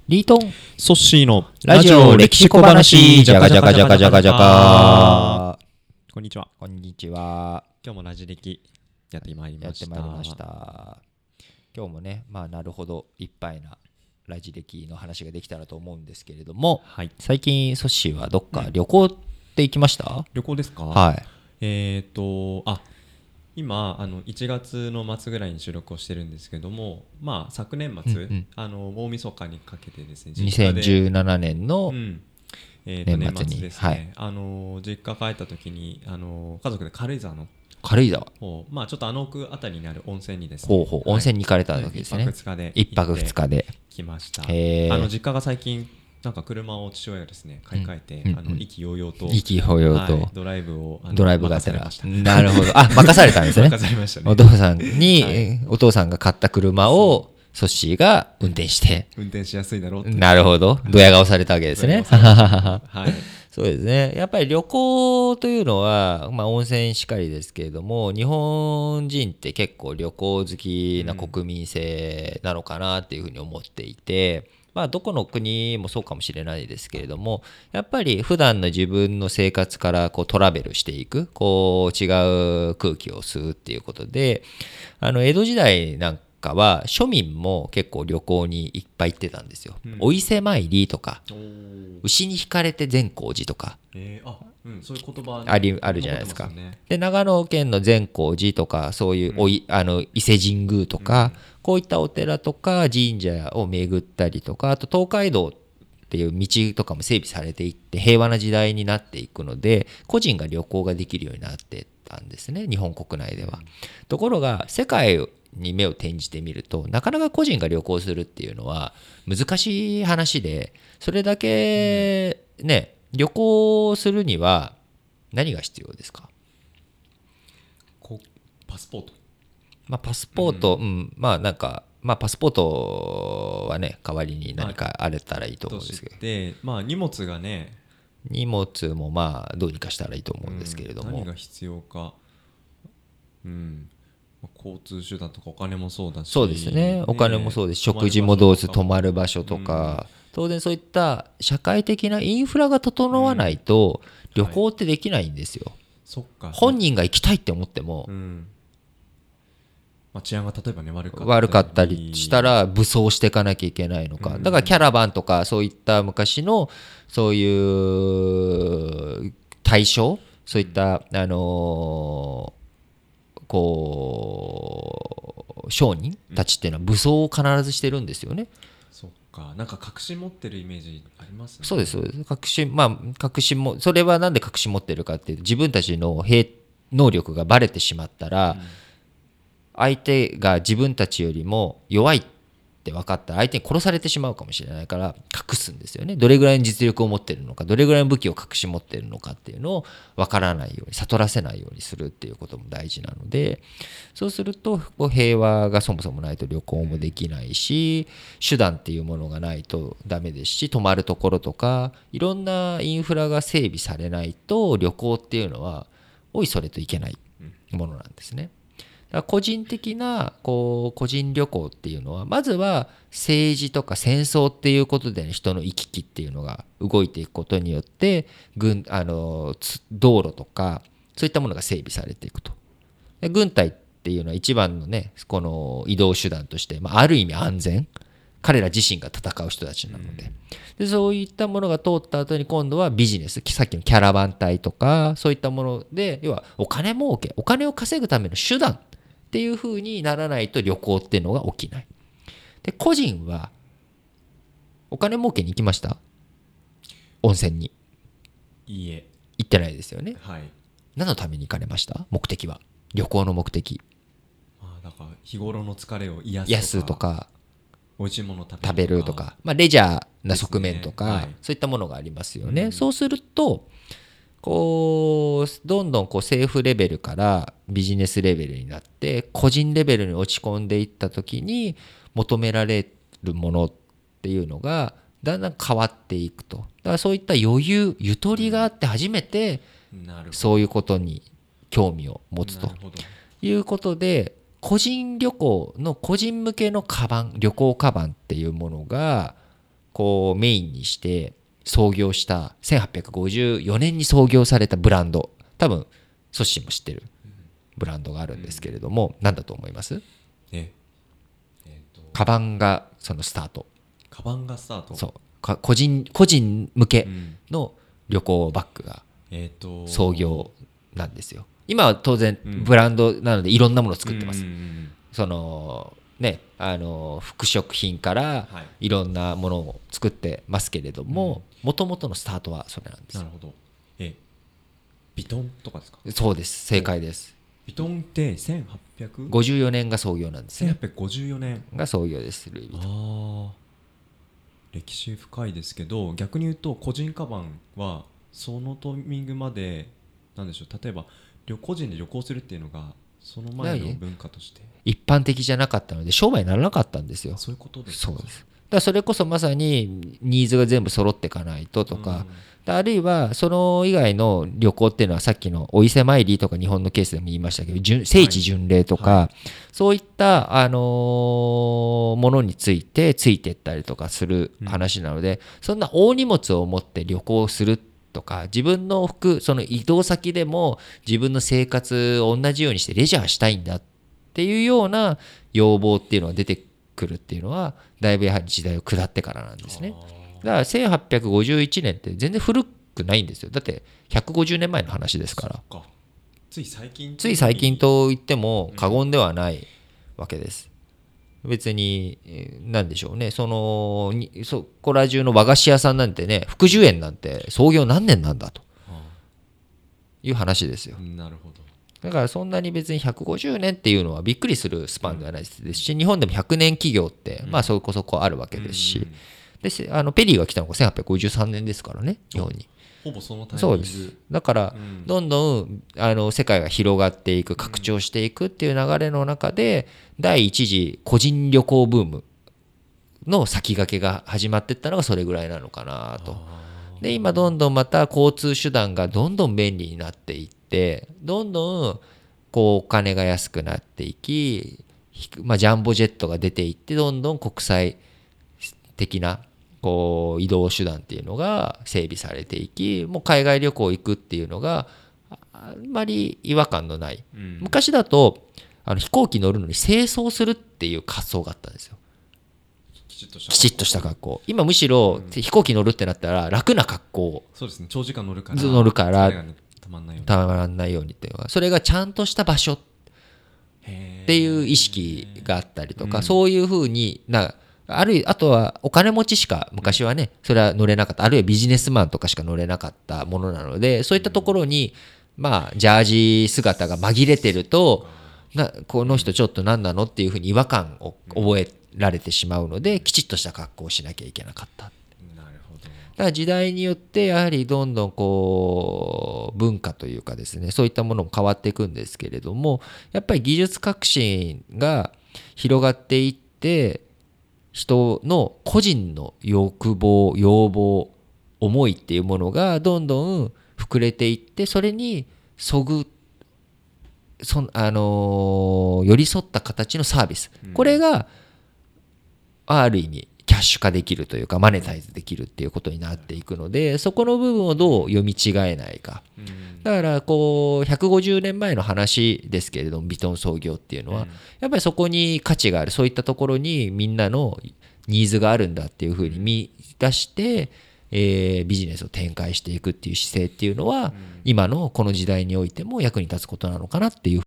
リートンソッシーのラジオ歴史小話じゃがじゃがじゃがじゃがじゃが。 こんにちは。 こんにちは。 今日もラジ歴やってまいりました。 今日もね、なるほどいっぱいなラジ歴の話ができたらと思うんですけれども、 はい、 最近ソッシーはどっか旅行って行きました？ 旅行ですか？ はい。 今1月の末ぐらいに収録をしてるんですけども、昨年末、大晦日にかけてですね、 2017年の年末に、 末ですね、実家帰った時に家族で軽井沢の軽井沢、 ちょっと奥あたりにある温泉にですね、 温泉に行かれたわけですね。1泊2日で来ました。実家が最近なんか車を父親がですね買い替えて、意気揚々とドライブがてら、 なるほど。任されたんですね。 任されましたね。 お父さんに、お父さんが買った車をソッシーが運転して運転しやすいだろうって。 なるほど。ドヤ顔されたわけですね。 はい。 そうですね。やっぱり旅行というのは、温泉しかりですけれども、日本人って結構旅行好きな国民性なのかなっていうふうに思っていて、どこの国もそうかもしれないですけれども、やっぱり普段の自分の生活からトラベルしていく、違う空気を吸うっていうことで、江戸時代なんかは庶民も結構旅行にいっぱい行ってたんですよ。お伊勢参りとか、牛に引かれて善光寺とか、 そういう言葉あるじゃないですか。で、長野県の善光寺とか、そういう伊勢神宮とか、こういったお寺とか神社を巡ったりとか、あと東海道っていう道とかも整備されていって平和な時代になっていくので、個人が旅行ができるようになってたんですね、日本国内では。ところが世界に目を転じてみると、なかなか個人が旅行するっていうのは難しい話で、それだけね、旅行するには何が必要ですか？ パスポート。 パスポート、パスポートはね、代わりに何かあれたらいいと思うんですけど。 で、荷物がね、 荷物もどうにかしたらいいと思うんですけれども。 何が必要か。交通手段とかお金もそうだし。 そうですね。お金もそうです。食事もどうせ泊まる場所とか、当然そういった社会的なインフラが整わないと旅行ってできないんですよ。本人が行きたいって思っても、 治安が例えばね悪かったりしたら武装していかなきゃいけないのか。だからキャラバンとかそういった昔のそういう対象、そういった商人たちっていうのは武装を必ずしてるんですよね。 そっか、なんか隠し持ってるイメージありますね。 そうですそうです。隠しもそれはなんで隠し持ってるかっていうと、自分たちの能力がバレてしまったら、相手が自分たちよりも弱いって分かったら相手に殺されてしまうかもしれないから隠すんですよね。どれぐらいの実力を持っているのか、どれぐらいの武器を隠し持っているのかっていうのを分からないように、悟らせないようにするっていうことも大事なので、そうすると平和がそもそもないと旅行もできないし、手段っていうものがないとダメですし、泊まるところとかいろんなインフラが整備されないと旅行っていうのはおいそれといけないものなんですね。個人的な個人旅行っていうのは、まずは政治とか戦争っていうことで、人の行き来っていうのが動いていくことによって道路とかそういったものが整備されていくと。で軍隊っていうのは一番のね、この移動手段として、ある意味安全、彼ら自身が戦う人たちなので、そういったものが通った後に今度はビジネス、さっきのキャラバン隊とかそういったもので、要はお金儲け、お金を稼ぐための手段っていう風にならないと旅行っていうのが起きない。で、個人はお金儲けに行きました？温泉に。 いいえ。 行ってないですよね。 はい。 何のために行かれました？目的は。旅行の目的。 だから日頃の疲れを癒すとか、 美味しいもの食べるとか、レジャーな側面とか、そういったものがありますよね。そうするとどんどん政府レベルからビジネスレベルになって個人レベルに落ち込んでいった時に求められるものっていうのがだんだん変わっていくと。だからそういった余裕、ゆとりがあって初めてそういうことに興味を持つということで、個人旅行の個人向けの旅行カバンっていうものがこうメインにして創業した1854年に創業されたブランド、多分ソッシーも知ってるブランドがあるんですけれども、何だと思います？カバンがそのスタート。 カバンがスタート。 そう、個人向けの旅行バッグが創業なんですよ。今は当然ブランドなのでいろんなものを作ってます。そのね、服飾品からいろんなものを作ってますけれども、もともとのスタートはそれなんです。 なるほど。ビトンとかですか？ そうです、正解です。 ビトンって 1854年が創業なんですね。 1854年が創業です、ルイ・ヴィトン。歴史深いですけど、逆に言うと個人カバンはそのタイミングまでなんでしょう、例えば個人で旅行するっていうのがその前の文化として一般的じゃなかったので商売にならなかったんですよ。 そういうことですか？ そうです。だからそれこそまさにニーズが全部揃っていかないととか、あるいはその以外の旅行っていうのはさっきのお伊勢参りとか日本のケースでも言いましたけど、聖地巡礼とか、そういった、ものについてついていったりとかする話なので、そんな大荷物を持って旅行するとか、自分のその移動先でも自分の生活を同じようにしてレジャーしたいんだっていうような要望っていうのが出てくるっていうのはだいぶやはり時代を下ってからなんですね。だから1851年って全然古くないんですよ。だって150年前の話ですから。 つい最近と言っても過言ではないわけです。別に何でしょうね、そこら中の和菓子屋さんなんてね、福寿園なんて創業何年なんだという話ですよ。 なるほど。 だからそんなに別に150年っていうのはびっくりするスパンではないですし、日本でも100年企業ってまあそこそこあるわけですし、でペリーが来たのが1853年ですからね、日本に。 ほぼそのタイミング。 そうです。だからどんどん世界が広がっていく、拡張していくっていう流れの中で、第一次個人旅行ブームの先駆けが始まっていったのがそれぐらいなのかなと。で今どんどんまた交通手段がどんどん便利になっていって、どんどんこうお金が安くなっていき、まあ、ジャンボジェットが出ていって、どんどん国際的なこう移動手段っていうのが整備されていき、もう海外旅行行くっていうのがあんまり違和感のない、昔だと飛行機乗るのに清掃するっていう発想があったんですよ。きちっとした格好。今むしろ飛行機乗るってなったら楽な格好。 そうですね、長時間乗るからたまらないようにっていうのは、それがちゃんとした場所っていう意識があったりとか、そういうふうにあとはお金持ちしか昔はねそれは乗れなかった、あるいはビジネスマンとかしか乗れなかったものなので、そういったところにまあジャージ姿が紛れてると、この人ちょっと何なのっていうふうに違和感を覚えられてしまうので、きちっとした格好をしなきゃいけなかった。 なるほど。 だから時代によってやはりどんどんこう文化というかですね、そういったものも変わっていくんですけれども、やっぱり技術革新が広がっていって、人の個人の欲望、要望、思いっていうものがどんどん膨れていって、それに寄り添った形のサービス、これがある意味キャッシュ化できるというかマネタイズできるっていうことになっていくので、そこの部分をどう読み違えないか。だからこう150年前の話ですけれども、ヴィトン創業っていうのはやっぱりそこに価値がある、そういったところにみんなのニーズがあるんだっていうふうに見出して、ビジネスを展開していくっていう姿勢っていうのは、今のこの時代においても役に立つことなのかなっていう